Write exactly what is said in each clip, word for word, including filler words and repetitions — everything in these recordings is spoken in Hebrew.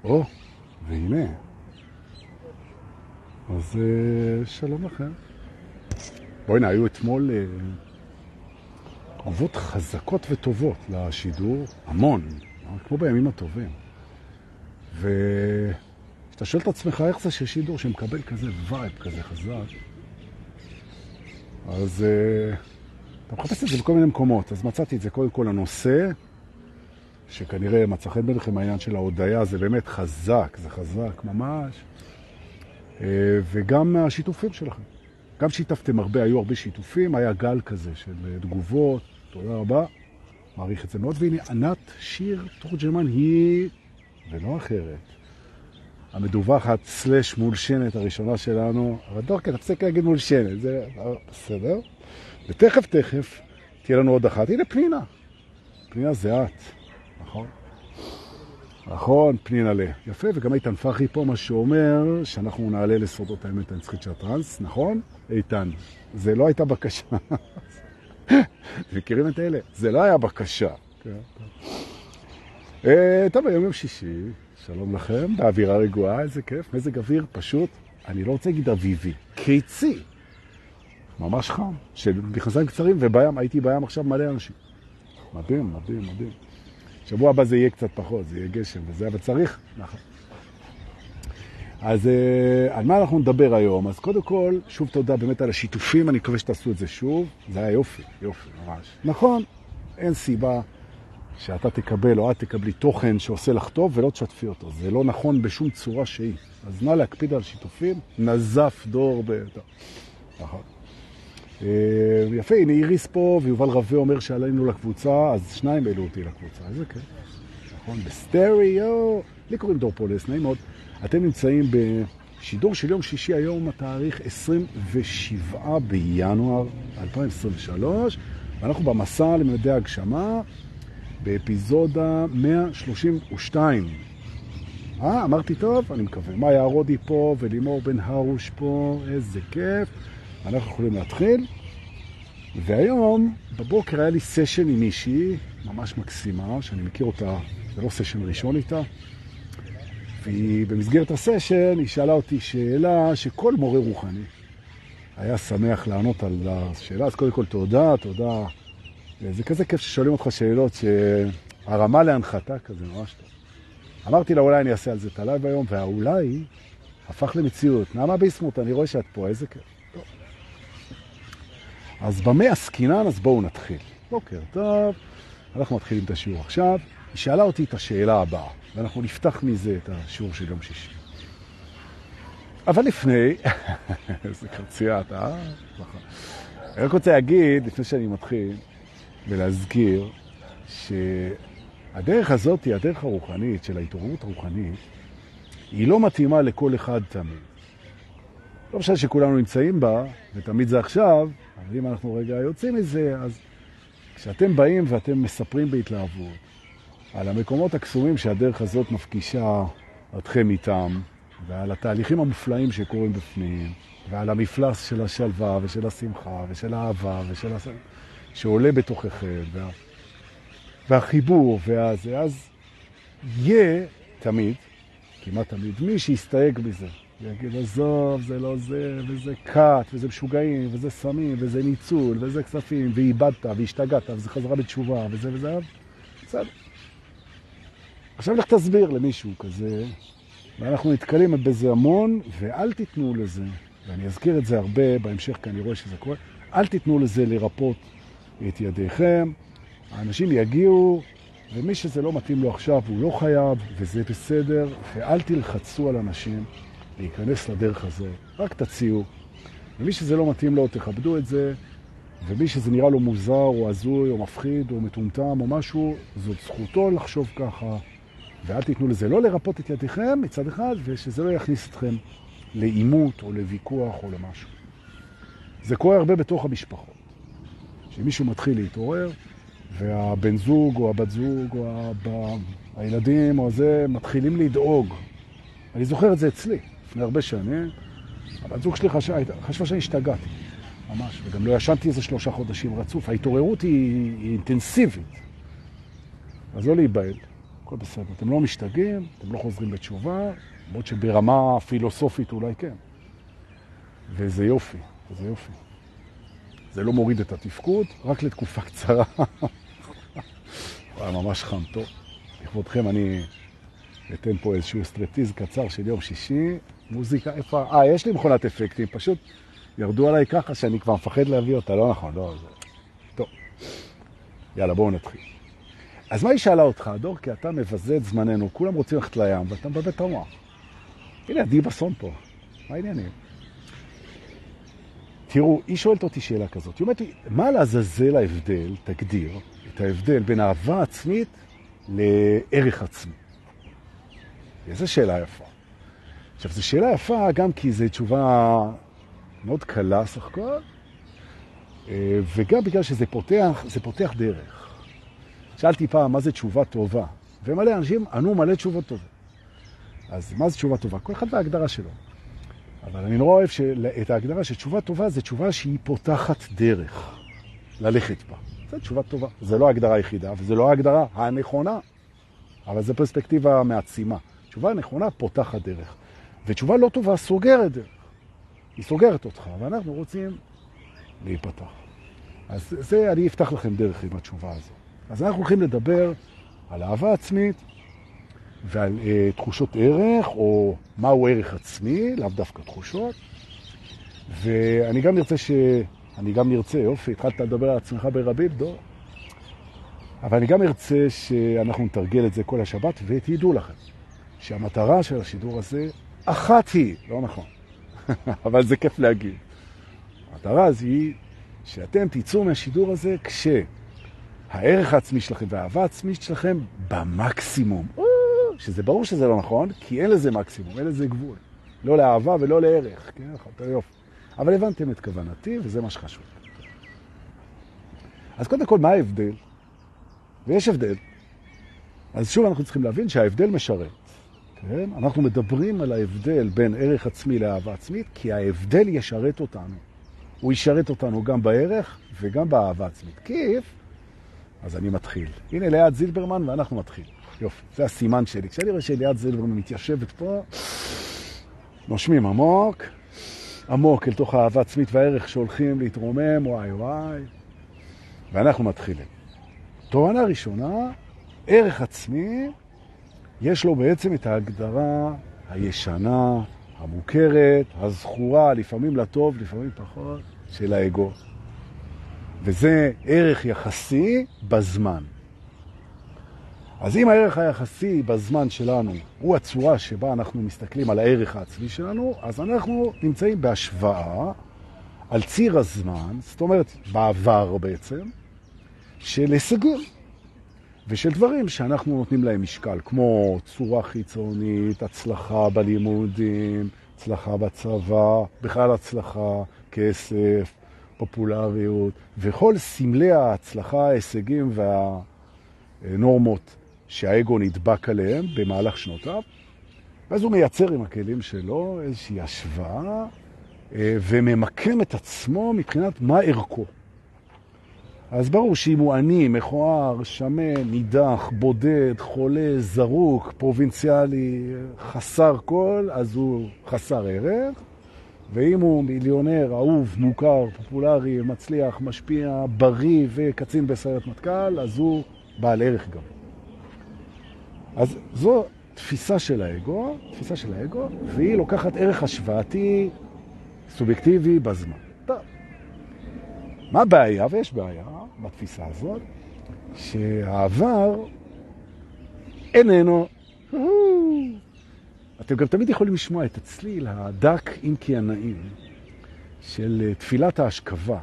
או, והנה. אז שלום לכם. בואי הנה, היו אתמול תגובות חזקות וטובות לשידור, המון, כמו בימים הטובים. ושאתה שואל את עצמך איך זה ששידור שמקבל כזה וייב כזה חזק, אז אתה מחפש את זה בכל מיני מקומות. אז מצאתי את זה קודם כל הנושא, שכנראה מצא חן ביניכם העניין של ההודעה, זה באמת חזק, זה חזק ממש. וגם השיתופים שלכם. גם שיתפתם הרבה, היו הרבה שיתופים, היה גל כזה של תגובות, תודה רבה, מעריך את זה מאוד. והנה, ענת שיר תורג'מן היא, ולא אחרת, המדווחת סלש מולשנת הראשונה שלנו, אבל דורקה, תפסיק להגיד מולשנת, זה בסדר. ותכף תכף תהיה לנו עוד אחת, הנה פנינה. פנינה זה את, נכון? נכון, פנינה לה. יפה, וגם איתן פרחי פה, מה שאומר שאנחנו נעלה לסודות האמת הנצחית של הטרנס, נכון? איתן, זה לא הייתה בקשה. מכירים את אלה? זה לא היה בקשה. טוב, היום יום שישי, שלום לכם, באווירה רגועה, איזה כיף, מזג אוויר פשוט, אני לא רוצה להגיד אביבי, קיצי. ממש חם, של מכנסיים קצרים, ובים, הייתי בים עכשיו מלא אנשים. מדהים, מדהים, מדהים. שבוע הבא זה יהיה קצת פחות, זה יהיה גשם וזה, אבל צריך, נכון. אז על מה אנחנו נדבר היום? אז קודם כל, שוב תודה באמת על השיתופים, אני מקווה שתעשו את זה שוב. זה היה יופי, יופי, ממש. נכון, אין סיבה שאתה תקבל או את תקבלי תוכן שעושה לך טוב ולא תשתפי אותו. זה לא נכון בשום צורה שהיא. אז נא להקפיד על שיתופים, נזף דור ב... נכון. יפה, הנה איריס פה, ויובל רווה אומר שעלינו לקבוצה, אז שניים העלו אותי לקבוצה, איזה כיף. נכון, בסטריאו. לי קוראים דור פולס, נעים מאוד. אתם נמצאים בשידור של יום שישי, היום התאריך עשרים ושבעה בינואר אלפיים עשרים ושלוש, ואנחנו במסע לממדי הגשמה, באפיזודה מאה שלושים ושתיים. אה, אמרתי טוב? אני מקווה. מאיה רודי פה, ולימור בן הרוש פה, איזה כיף. אנחנו יכולים להתחיל. והיום, בבוקר היה לי סשן עם מישהי, ממש מקסימה, שאני מכיר אותה, זה לא סשן ראשון איתה. והיא, במסגרת הסשן, היא שאלה אותי שאלה שכל מורה רוחני היה שמח לענות על השאלה. אז קודם כל תודה, תודה. זה כזה כיף ששואלים אותך שאלות שהרמה להנחתה כזה, ממש טוב. אמרתי לה, אולי אני אעשה על זה את הלייב היום, והאולי הפך למציאות. נעמה ביסמוט, אני רואה שאת פה, איזה כיף. טוב. אז במה עסקינן, אז בואו נתחיל. בוקר טוב, אנחנו מתחילים את השיעור עכשיו. היא שאלה אותי את השאלה הבאה, ואנחנו נפתח מזה את השיעור של יום שישי. אבל לפני, איזה קרציית, אה? אני רק רוצה להגיד, לפני שאני מתחיל, ולהזכיר, שהדרך הזאת, הדרך הרוחנית, של ההתעוררות הרוחנית, היא לא מתאימה לכל אחד תמיד. לא משנה שכולנו נמצאים בה, ותמיד זה עכשיו, אבל אם אנחנו רגע יוצאים מזה, אז כשאתם באים ואתם מספרים בהתלהבות, על המקומות הקסומים שהדרך הזאת מפגישה אתכם איתם, ועל התהליכים המופלאים שקורים בפנים, ועל המפלס של השלווה ושל השמחה ושל האהבה ושל הס... שעולה בתוככם, וה... והחיבור, והזה, אז יהיה תמיד, כמעט תמיד, מי שיסתייג בזה, ויגיד, עזוב, זה לא זה, וזה קט, וזה משוגעים, וזה סמים, וזה ניצול, וזה כספים, ואיבדת, והשתגעת, וזה חזרה בתשובה, וזה וזה, בסדר. עכשיו לך תסביר למישהו כזה, ואנחנו נתקלים בזה המון, ואל תיתנו לזה, ואני אזכיר את זה הרבה בהמשך, כי אני רואה שזה קורה, אל תיתנו לזה לרפות את ידיכם, האנשים יגיעו, ומי שזה לא מתאים לו עכשיו, הוא לא חייב, וזה בסדר, ואל תלחצו על אנשים להיכנס לדרך הזאת, רק תציעו, ומי שזה לא מתאים לו, תכבדו את זה, ומי שזה נראה לו מוזר, או עזוי, או מפחיד, או מטומטם, או משהו, זאת זכותו לחשוב ככה, ואל תיתנו לזה לא לרפות את ידיכם מצד אחד, ושזה לא יכניס אתכם לאימות או לוויכוח או למשהו. זה קורה הרבה בתוך המשפחות. שמישהו מתחיל להתעורר, והבן זוג או הבת זוג או הב... הילדים או זה מתחילים לדאוג. אני זוכר את זה אצלי, לפני הרבה שנים. הבת זוג שלי חשבה, חשבה שאני השתגעתי, ממש, וגם לא ישנתי איזה שלושה חודשים רצוף. ההתעוררות היא, היא אינטנסיבית. אז לא להיבהל. הכל בסדר. אתם לא משתגעים, אתם לא חוזרים בתשובה, למרות שברמה פילוסופית אולי כן. וזה יופי, וזה יופי. זה לא מוריד את התפקוד, רק לתקופה קצרה. היה ממש חם טוב. לכבודכם אני אתן פה איזשהו סטרטיז קצר של יום שישי. מוזיקה, איפה? אה, יש לי מכונת אפקטים, פשוט ירדו עליי ככה שאני כבר מפחד להביא אותה. לא נכון, לא. זה... טוב. יאללה, בואו נתחיל. אז מה היא שאלה אותך, דור? כי אתה מבזה את זמננו, כולם רוצים ללכת לים, ואתה מבזה את המוח. הנה, עדי בסון פה. מה העניינים? תראו, היא שואלת אותי שאלה כזאת. היא אומרת לי, מה לעזאזל ההבדל, תגדיר, את ההבדל בין אהבה עצמית לערך עצמי? איזו שאלה יפה. עכשיו, זו שאלה יפה גם כי זו תשובה מאוד קלה סך הכל, וגם בגלל שזה פותח, זה פותח דרך. שאלתי פעם, מה זה תשובה טובה? ומלא אנשים ענו מלא תשובות טובות. אז מה זה תשובה טובה? כל אחד בהגדרה שלו. אבל אני נורא אוהב את ההגדרה שתשובה טובה זה תשובה שהיא פותחת דרך ללכת בה. זו תשובה טובה. זה לא ההגדרה היחידה, וזה לא ההגדרה הנכונה, אבל זו פרספקטיבה מעצימה. תשובה נכונה פותחת דרך. ותשובה לא טובה סוגרת דרך. היא סוגרת אותך, ואנחנו רוצים להיפתח. אז זה, אני אפתח לכם דרך עם התשובה הזו. אז אנחנו הולכים לדבר על אהבה עצמית, ועל אה, תחושות ערך, או מהו ערך עצמי, לאו דווקא תחושות. ואני גם נרצה ש... אני גם נרצה, יופי, התחלת לדבר על עצמך ברבים, דור. אבל אני גם ארצה שאנחנו נתרגל את זה כל השבת, ותדעו לכם שהמטרה של השידור הזה אחת היא, לא נכון, אבל זה כיף להגיד. המטרה הזו היא שאתם תיצאו מהשידור הזה כשהערך העצמי שלכם והאהבה העצמית שלכם במקסימום. שזה ברור שזה לא נכון, כי אין לזה מקסימום, אין לזה גבול. לא לאהבה ולא לערך, כן? אתה יופי. אבל הבנתם את כוונתי, וזה מה שחשוב. אז קודם כל, מה ההבדל? ויש הבדל. אז שוב אנחנו צריכים להבין שההבדל משרת. כן? אנחנו מדברים על ההבדל בין ערך עצמי לאהבה עצמית, כי ההבדל ישרת אותנו. הוא ישרת אותנו גם בערך וגם באהבה עצמית. כיף? אז אני מתחיל. הנה ליאת זילברמן ואנחנו מתחיל. יופי, זה הסימן שלי. כשאני רואה שליאת זילברמן מתיישבת פה, נושמים עמוק, עמוק אל תוך האהבה עצמית והערך שהולכים להתרומם, וואי וואי. ואנחנו מתחילים. תובנה ראשונה, ערך עצמי, יש לו בעצם את ההגדרה הישנה, המוכרת, הזכורה, לפעמים לטוב, לפעמים פחות, של האגו. וזה ערך יחסי בזמן. אז אם הערך היחסי בזמן שלנו הוא הצורה שבה אנחנו מסתכלים על הערך העצמי שלנו, אז אנחנו נמצאים בהשוואה על ציר הזמן, זאת אומרת בעבר בעצם, של הישגים ושל דברים שאנחנו נותנים להם משקל, כמו צורה חיצונית, הצלחה בלימודים, הצלחה בצבא, בכלל הצלחה, כסף, פופולריות, וכל סמלי ההצלחה, ההישגים והנורמות שהאגו נדבק עליהם במהלך שנותיו, ואז הוא מייצר עם הכלים שלו איזושהי השוואה, וממקם את עצמו מבחינת מה ערכו. אז ברור שאם הוא עני, מכוער, שמן, נידח, בודד, חולה, זרוק, פרובינציאלי, חסר כל, אז הוא חסר ערך. ואם הוא מיליונר, אהוב, מוכר, פופולרי, מצליח, משפיע, בריא וקצין בסיירת מטכ"ל, אז הוא בעל ערך גם. אז זו תפיסה של האגו, תפיסה של האגו, והיא לוקחת ערך השוואתי סובייקטיבי בזמן. טוב. מה הבעיה? ויש בעיה בתפיסה הזאת, שהעבר איננו. אתם גם תמיד יכולים לשמוע את הצליל הדק אם כי הנעים של תפילת ההשכבה.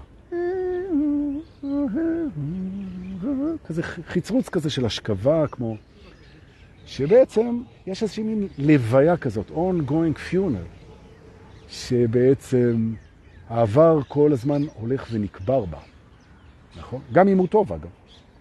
כזה חיצרוץ כזה של השכבה, כמו שבעצם יש איזושהי מין לוויה כזאת, ongoing funeral, שבעצם העבר כל הזמן הולך ונקבר בה. נכון? גם אם הוא טוב, אגב.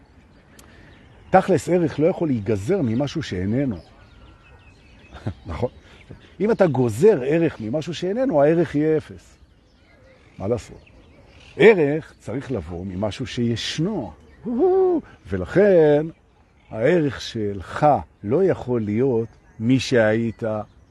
תכלס ערך לא יכול להיגזר ממשהו שאיננו. נכון? אם אתה גוזר ערך ממשהו שאיננו, הערך יהיה אפס. מה לעשות? ערך צריך לבוא ממשהו שישנו. ולכן הערך שלך לא יכול להיות מי שהיית.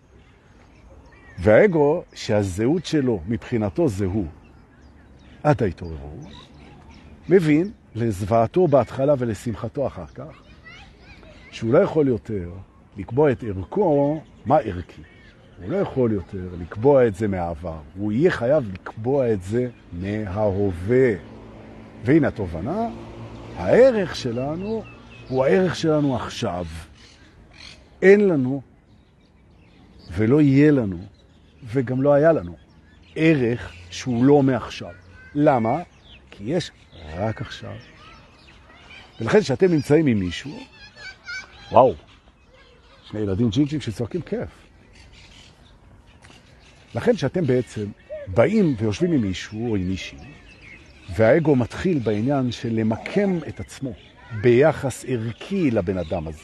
והאגו, שהזהות שלו מבחינתו זה הוא, עד ההתעוררות, מבין לזוועתו בהתחלה ולשמחתו אחר כך, שהוא לא יכול יותר לקבוע את ערכו, מה ערכי. הוא לא יכול יותר לקבוע את זה מהעבר. הוא יהיה חייב לקבוע את זה מההווה. והנה התובנה, הערך שלנו הוא הערך שלנו עכשיו. אין לנו ולא יהיה לנו, וגם לא היה לנו, ערך שהוא לא מעכשיו. למה? כי יש רק עכשיו. ולכן שאתם נמצאים עם מישהו, וואו, שני ילדים ג'ינג'ים שצועקים כיף. לכן שאתם בעצם באים ויושבים עם מישהו או עם מישהי, והאגו מתחיל בעניין של למקם את עצמו ביחס ערכי לבן אדם הזה.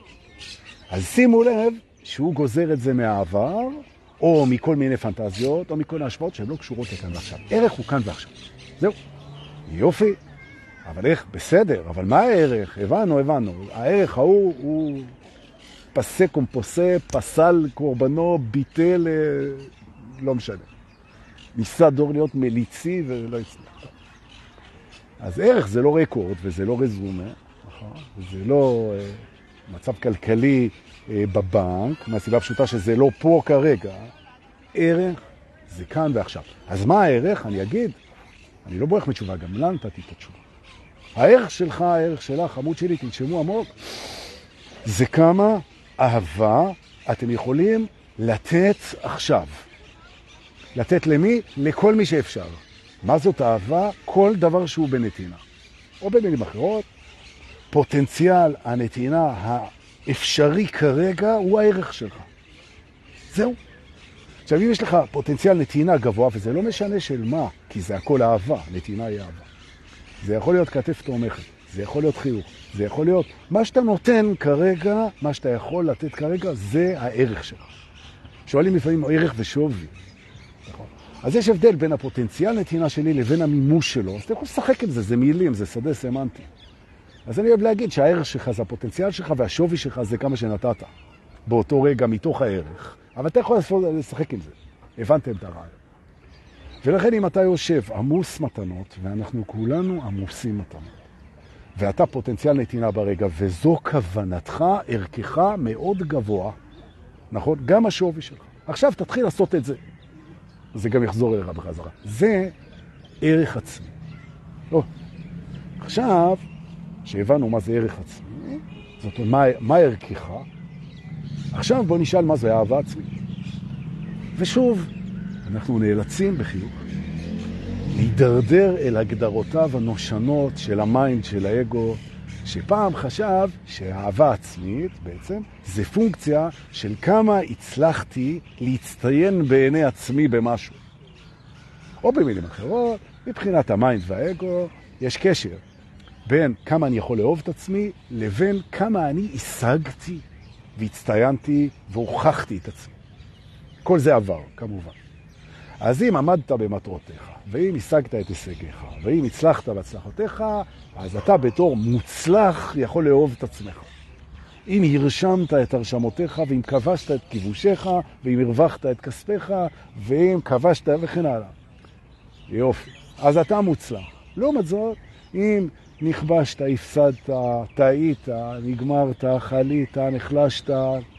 אז שימו לב שהוא גוזר את זה מהעבר, או מכל מיני פנטזיות, או מכל ההשפעות שהן לא קשורות לכאן ועכשיו. ערך הוא כאן ועכשיו. זהו. יופי. אבל איך? בסדר. אבל מה הערך? הבנו, הבנו. הערך ההוא הוא פסק קומפוסה, פסל קורבנו, ביטל, לא משנה. ניסה דור להיות מליצי ולא הצליח. אז ערך זה לא רקורד וזה לא רזומה, זה לא מצב כלכלי בבנק, מהסיבה פשוטה שזה לא פה כרגע. ערך זה כאן ועכשיו. אז מה הערך? אני אגיד, אני לא בורח מתשובה, גם לא נתתי את התשובה. הערך שלך, הערך שלך, עמוד שלי, תנשמו עמוק, זה כמה אהבה אתם יכולים לתת עכשיו. לתת למי? לכל מי שאפשר. מה זאת אהבה? כל דבר שהוא בנתינה. או במילים אחרות, פוטנציאל הנתינה האפשרי כרגע הוא הערך שלך. זהו. עכשיו, אם יש לך פוטנציאל נתינה גבוה, וזה לא משנה של מה, כי זה הכל אהבה, נתינה היא אהבה. זה יכול להיות כתף תומכת, זה יכול להיות חיוך, זה יכול להיות, מה שאתה נותן כרגע, מה שאתה יכול לתת כרגע, זה הערך שלך. שואלים לפעמים ערך ושווי. נכון? אז יש הבדל בין הפוטנציאל נתינה שלי לבין המימוש שלו, אז אתה יכול לשחק עם זה, זה מילים, זה שדה סמנטי. אז אני אוהב להגיד שהערך שלך זה הפוטנציאל שלך, והשווי שלך זה כמה שנתת, באותו רגע מתוך הערך. אבל אתה יכול לשחק עם זה. הבנתם את הרעיון. ולכן אם אתה יושב עמוס מתנות, ואנחנו כולנו עמוסים מתנות, ואתה פוטנציאל נתינה ברגע, וזו כוונתך, ערכך מאוד גבוה, נכון? גם השווי שלך. עכשיו תתחיל לעשות את זה. זה גם יחזור אליך בחזרה. זה ערך עצמי. לא. עכשיו, שהבנו מה זה ערך עצמי, זאת אומרת, מה, מה ערכך? עכשיו בוא נשאל מה זה אהבה עצמית. ושוב, אנחנו נאלצים בחיוך להידרדר אל הגדרותיו הנושנות של המיינד של האגו, שפעם חשב שהאהבה עצמית בעצם זה פונקציה של כמה הצלחתי להצטיין בעיני עצמי במשהו. או במילים אחרות, מבחינת המיינד והאגו, יש קשר בין כמה אני יכול לאהוב את עצמי לבין כמה אני השגתי והצטיינתי והוכחתי את עצמי. כל זה עבר, כמובן. אז אם עמדת במטרותיך, ואם השגת את הישגיך, ואם הצלחת בהצלחותיך, אז אתה בתור מוצלח יכול לאהוב את עצמך. אם הרשמת את הרשמותיך, ואם כבשת את כיבושיך, ואם הרווחת את כספיך, ואם כבשת וכן הלאה. יופי. אז אתה מוצלח. לעומת זאת, אם נכבשת, הפסדת, טעית, נגמרת, חלית, נחלשת,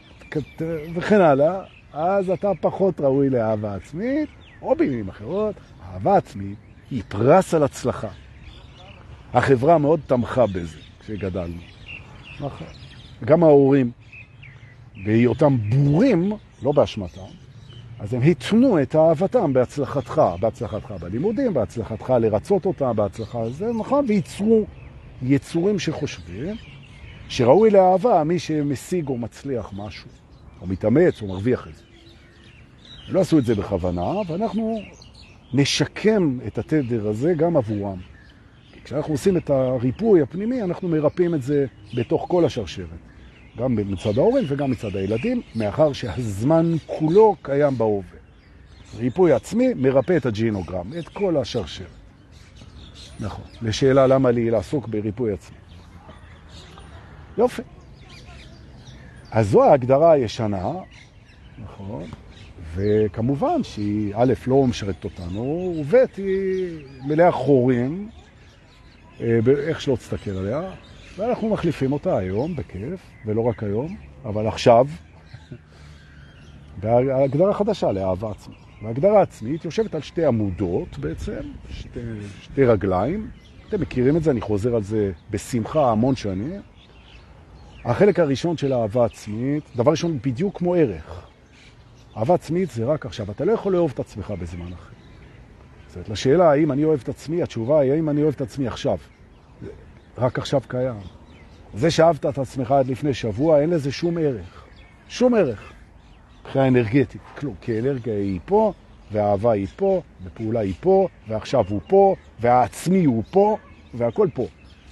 וכן הלאה, אז אתה פחות ראוי לאהבה עצמית, או במילים אחרות, אהבה עצמית היא פרס על הצלחה. החברה מאוד תמכה בזה כשגדלנו. נכון. גם ההורים, בהיותם בורים, לא באשמתם, אז הם התנו את אהבתם בהצלחתך, בהצלחתך בלימודים, בהצלחתך לרצות אותם, בהצלחה הזה, נכון? וייצרו יצורים שחושבים שראוי לאהבה מי שמשיג או מצליח משהו, או מתאמץ או מרוויח את זה. הם לא עשו את זה בכוונה, ואנחנו נשקם את התדר הזה גם עבורם. כי כשאנחנו עושים את הריפוי הפנימי, אנחנו מרפאים את זה בתוך כל השרשרת. גם מצד ההורים וגם מצד הילדים, מאחר שהזמן כולו קיים בהווה. ריפוי עצמי מרפא את הג'ינוגרם, את כל השרשרת. נכון. לשאלה למה לי לעסוק בריפוי עצמי. יופי. אז זו ההגדרה הישנה, נכון? וכמובן שהיא א' לא משרת אותנו, וב' היא מלאה חורים, באיך שלא תסתכל עליה, ואנחנו מחליפים אותה היום בכיף, ולא רק היום, אבל עכשיו, בהגדרה חדשה לאהבה עצמית. וההגדרה עצמית יושבת על שתי עמודות בעצם, שתי, שתי רגליים. אתם מכירים את זה, אני חוזר על זה בשמחה המון שנים. החלק הראשון של האהבה עצמית, דבר ראשון בדיוק כמו ערך. אהבה עצמית זה רק עכשיו, אתה לא יכול לאהוב את עצמך בזמן אחר. זאת אומרת, לשאלה האם אני אוהב את עצמי, התשובה היא האם אני אוהב את עצמי עכשיו. רק עכשיו קיים. זה שאהבת את עצמך עד לפני שבוע, אין לזה שום ערך. שום ערך. מבחינה אנרגטית, כלום, כי אנרגיה היא פה, והאהבה היא פה, ופעולה היא פה, ועכשיו הוא פה, והעצמי הוא פה, והכל פה.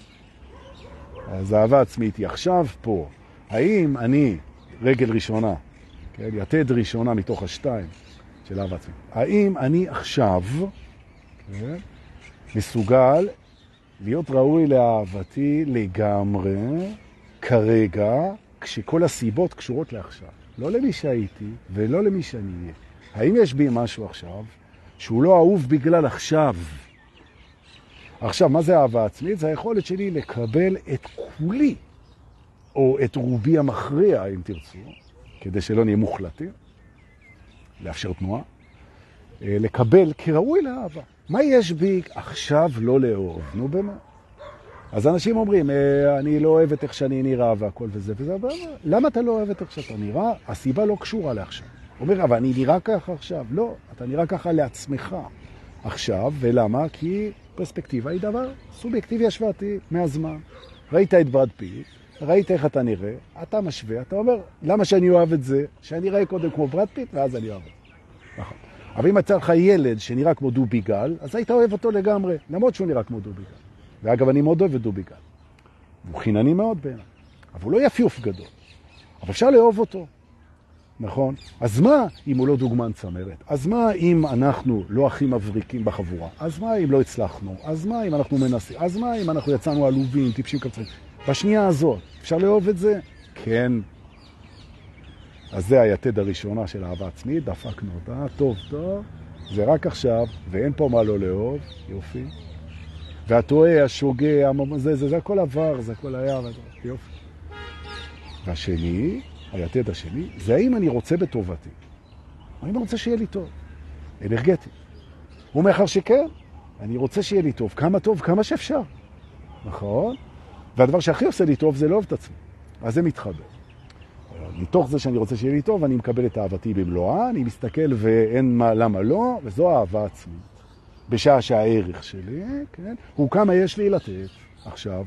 אז האהבה עצמית היא עכשיו פה. האם אני, רגל ראשונה, כן, יתד ראשונה מתוך השתיים של אהבה עצמית, האם אני עכשיו כן, מסוגל להיות ראוי לאהבתי לגמרי, כרגע, כשכל הסיבות קשורות לעכשיו? לא למי שהייתי ולא למי שאני אהיה. האם יש בי משהו עכשיו שהוא לא אהוב בגלל עכשיו? עכשיו, מה זה אהבה עצמית? זה היכולת שלי לקבל את כולי, או את רובי המכריע, אם תרצו, כדי שלא נהיה מוחלטים, לאפשר תנועה, לקבל כראוי לאהבה. מה יש בי עכשיו לא לאהוב? נו באמת. אז אנשים אומרים, אני לא אוהב את איך שאני נראה והכל וזה וזה, אבל למה אתה לא אוהב את איך שאתה נראה? הסיבה לא קשורה לעכשיו. הוא אומר, אבל אני נראה ככה עכשיו. לא, אתה נראה ככה לעצמך עכשיו, ולמה? כי פרספקטיבה היא דבר סובייקטיבי השוואתי מהזמן. ראית את ברד פיט, ראית איך אתה נראה, אתה משווה, אתה אומר, למה שאני אוהב את זה? שאני אראה קודם כמו ברד פיט, ואז אני אוהב את זה. נכון. אבל אם יצא לך ילד שנראה כמו דובי גל, אז היית אוהב אותו לגמרי, למרות שהוא נראה כמו דובי גל. ואגב, אני מאוד אוהב את דובי גל. הוא חינני מאוד בעיניי. אבל הוא לא יפיוף גדול. אבל אפשר לאהוב אותו. נכון? אז מה אם הוא לא דוגמן צמרת? אז מה אם אנחנו לא הכי מבריקים בחבורה? אז מה אם לא הצלחנו? אז מה אם אנחנו מנסים? אז מה אם אנחנו יצאנו עלובים, טיפשים קצרים? בשנייה הזאת, אפשר לאהוב את זה? כן. אז זה היתד הראשונה של אהבה עצמית, דפקנו אותה, טוב, טוב. זה רק עכשיו, ואין פה מה לא לאהוב, יופי. והטועה, השוגע, זה, זה, זה הכל עבר, זה הכל היה, יופי. והשני, היתד השני, זה האם אני רוצה בטובתי. האם אני רוצה שיהיה לי טוב, אנרגטי. הוא מאחר שכן, אני רוצה שיהיה לי טוב, כמה טוב, כמה שאפשר. נכון? והדבר שהכי עושה לי טוב זה לאהוב את עצמי. אז זה מתחבר. מתוך זה שאני רוצה שיהיה לי טוב, אני מקבל את אהבתי במלואה, אני מסתכל ואין מה, למה לא, וזו אהבה עצמית. בשעה שהערך שלי, כן, הוא כמה יש לי לתת עכשיו.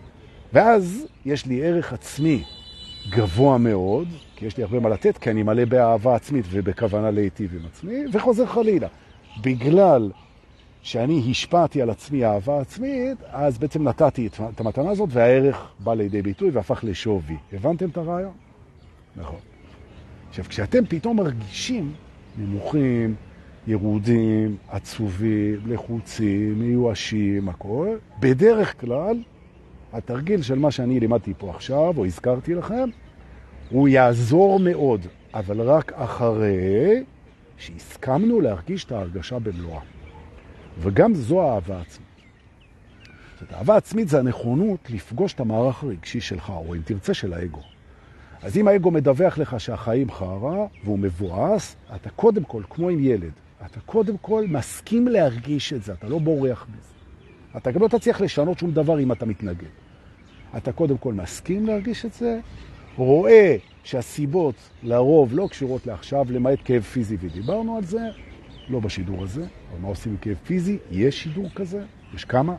ואז יש לי ערך עצמי גבוה מאוד, כי יש לי הרבה מה לתת, כי אני מלא באהבה עצמית ובכוונה להיטיב עם עצמי, וחוזר חלילה. בגלל שאני השפעתי על עצמי אהבה עצמית, אז בעצם נתתי את המתנה הזאת, והערך בא לידי ביטוי והפך לשווי. הבנתם את הרעיון? נכון. עכשיו, כשאתם פתאום מרגישים נמוכים, ירודים, עצובים, לחוצים, מיואשים, הכל, בדרך כלל, התרגיל של מה שאני לימדתי פה עכשיו, או הזכרתי לכם, הוא יעזור מאוד, אבל רק אחרי שהסכמנו להרגיש את ההרגשה במלואה. וגם זו האהבה עצמית. זאת אהבה עצמית זה הנכונות לפגוש את המערך הרגשי שלך, או אם תרצה של האגו. אז אם האגו מדווח לך שהחיים חרה, והוא מבואס, אתה קודם כל, כמו עם ילד, אתה קודם כל מסכים להרגיש את זה, אתה לא בורח בזה. אתה גם לא תצליח לשנות שום דבר אם אתה מתנגד. אתה קודם כל מסכים להרגיש את זה, רואה שהסיבות לרוב לא קשורות לעכשיו, למעט כאב פיזי, ודיברנו על זה, לא בשידור הזה, אבל מה עושים עם כאב פיזי? יש שידור כזה, יש כמה.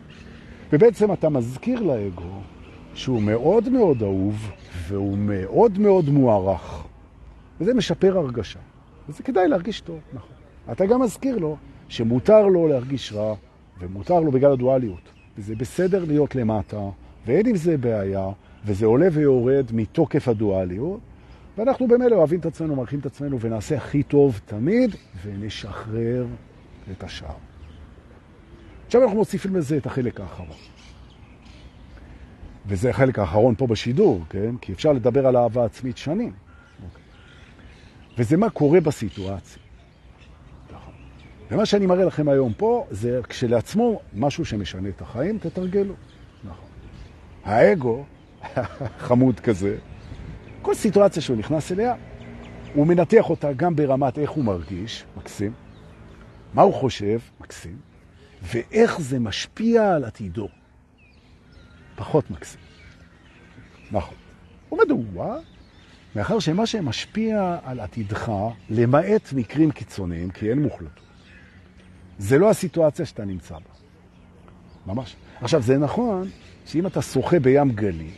ובעצם אתה מזכיר לאגו שהוא מאוד מאוד אהוב, והוא מאוד מאוד מוערך. וזה משפר הרגשה. וזה כדאי להרגיש טוב, נכון. אתה גם מזכיר לו שמותר לו להרגיש רע, ומותר לו בגלל הדואליות. וזה בסדר להיות למטה, ואין עם זה בעיה, וזה עולה ויורד מתוקף הדואליות, ואנחנו במילא אוהבים את עצמנו, מרחים את עצמנו, ונעשה הכי טוב תמיד, ונשחרר את השאר. עכשיו אנחנו מוסיפים לזה את החלק האחרון. וזה החלק האחרון פה בשידור, כן? כי אפשר לדבר על אהבה עצמית שנים. אוקיי. וזה מה קורה בסיטואציה. ומה שאני מראה לכם היום פה, זה כשלעצמו משהו שמשנה את החיים, תתרגלו. נכון. האגו, חמוד כזה, כל סיטואציה שהוא נכנס אליה, הוא מנתח אותה גם ברמת איך הוא מרגיש, מקסים, מה הוא חושב, מקסים, ואיך זה משפיע על עתידו. פחות מקסים. נכון. ומדוע? מאחר שמה שמשפיע על עתידך, למעט מקרים קיצוניים, כי אין מוחלטות, זה לא הסיטואציה שאתה נמצא בה. ממש. עכשיו, זה נכון שאם אתה שוחה בים גלי,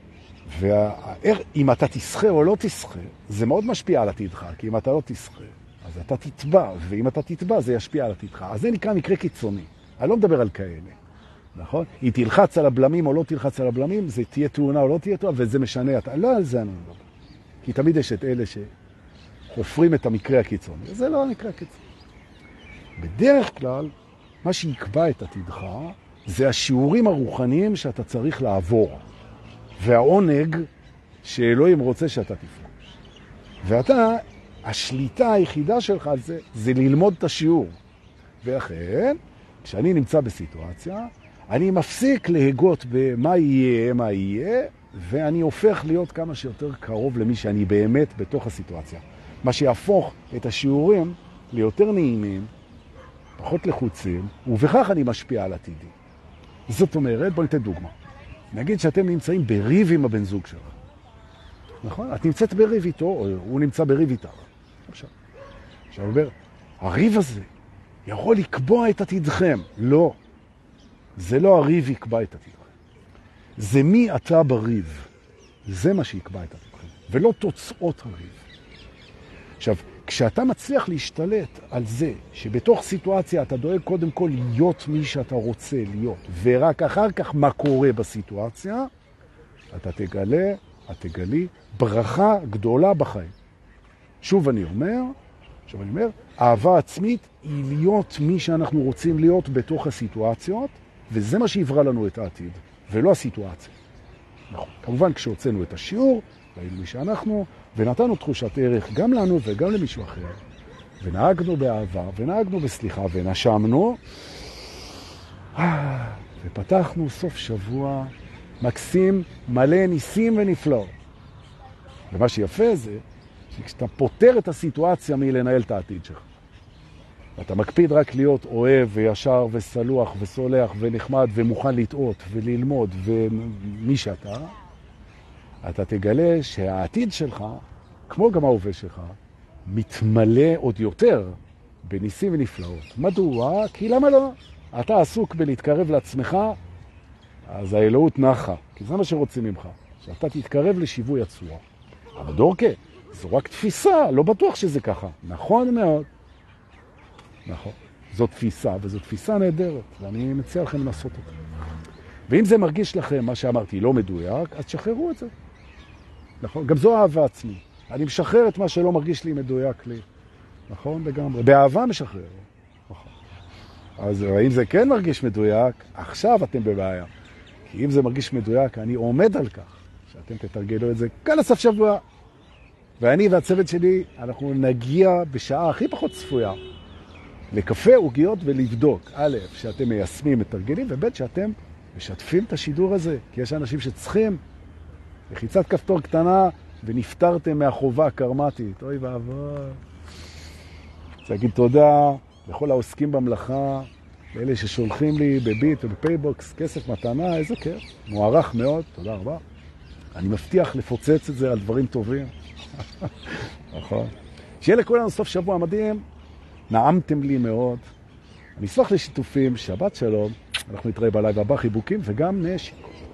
ואם אתה תשחה או לא תשחה, זה מאוד משפיע על עתידך, כי אם אתה לא תשחה, אז אתה תטבע, ואם אתה תטבע, זה ישפיע על עתידך. אז זה נקרא מקרה קיצוני. אני לא מדבר על כאלה, נכון? אם תלחץ על הבלמים או לא תלחץ על הבלמים, זה תהיה תאונה או לא תהיה תאונה, וזה משנה. אתה... לא על זה אני מדבר. כי תמיד יש את אלה שחופרים את המקרה הקיצוני. זה לא המקרה הקיצוני. בדרך כלל, מה שיקבע את עתידך, זה השיעורים הרוחניים שאתה צריך לעבור. והעונג שאלוהים רוצה שאתה תפגוש. ואתה, השליטה היחידה שלך על זה, זה ללמוד את השיעור. ולכן, כשאני נמצא בסיטואציה, אני מפסיק להגות במה יהיה, מה יהיה, ואני הופך להיות כמה שיותר קרוב למי שאני באמת בתוך הסיטואציה. מה שיהפוך את השיעורים ליותר נעימים, פחות לחוצים, ובכך אני משפיע על עתידי. זאת אומרת, בוא ניתן דוגמה. נגיד שאתם נמצאים בריב עם הבן זוג שלך. נכון? את נמצאת בריב איתו, או הוא נמצא בריב איתך. עכשיו, עכשיו אומר, הריב הזה יכול לקבוע את עתידכם. לא. זה לא הריב יקבע את עתידכם. זה מי אתה בריב. זה מה שיקבע את עתידכם. ולא תוצאות הריב. עכשיו, כשאתה מצליח להשתלט על זה, שבתוך סיטואציה אתה דואג קודם כל להיות מי שאתה רוצה להיות, ורק אחר כך מה קורה בסיטואציה, אתה תגלה, את תגלי, ברכה גדולה בחיים. שוב אני אומר, שוב אני אומר, אהבה עצמית היא להיות מי שאנחנו רוצים להיות בתוך הסיטואציות, וזה מה שיברא לנו את העתיד, ולא הסיטואציה. נכון. כמובן כשהוצאנו את השיעור, והיינו מי שאנחנו, ונתנו תחושת ערך גם לנו וגם למישהו אחר. ונהגנו באהבה, ונהגנו בסליחה, ונשמנו, ופתחנו סוף שבוע מקסים, מלא ניסים ונפלאות. ומה שיפה זה, שכשאתה פותר את הסיטואציה מלנהל את העתיד שלך, ואתה מקפיד רק להיות אוהב וישר וסלוח וסולח ונחמד ומוכן לטעות וללמוד ומי שאתה, אתה תגלה שהעתיד שלך, כמו גם ההווה שלך, מתמלא עוד יותר בניסים ונפלאות. מדוע? כי למה לא? אתה עסוק בלהתקרב לעצמך, אז האלוהות נחה. כי זה מה שרוצים ממך, שאתה תתקרב לשיווי הצורה. אבל דורקה, זו רק תפיסה, לא בטוח שזה ככה. נכון מאוד. נכון. זו תפיסה, וזו תפיסה נהדרת, ואני מציע לכם לעשות אותה. ואם זה מרגיש לכם, מה שאמרתי, לא מדויק, אז תשחררו את זה. נכון? גם זו אהבה עצמי. אני משחרר את מה שלא מרגיש לי מדויק לי. נכון? לגמרי. באהבה משחרר. נכון. אז אם זה כן מרגיש מדויק, עכשיו אתם בבעיה. כי אם זה מרגיש מדויק, אני עומד על כך שאתם תתרגלו את זה כל הסוף שבוע. ואני והצוות שלי, אנחנו נגיע בשעה הכי פחות צפויה לקפה עוגיות ולבדוק, א', שאתם מיישמים את תרגלים, וב', שאתם משתפים את השידור הזה, כי יש אנשים שצריכים לחיצת כפתור קטנה ונפטרתם מהחובה הקרמטית. אוי ואבוי. רוצה להגיד תודה לכל העוסקים במלאכה, לאלה ששולחים לי בביט ובפייבוקס כסף מתנה, איזה כיף. מוערך מאוד, תודה רבה. אני מבטיח לפוצץ את זה על דברים טובים. נכון. שיהיה לכולנו סוף שבוע מדהים. נעמתם לי מאוד. אני אשמח לשיתופים, שבת שלום. אנחנו נתראה בלייב הבא, חיבוקים וגם נשק.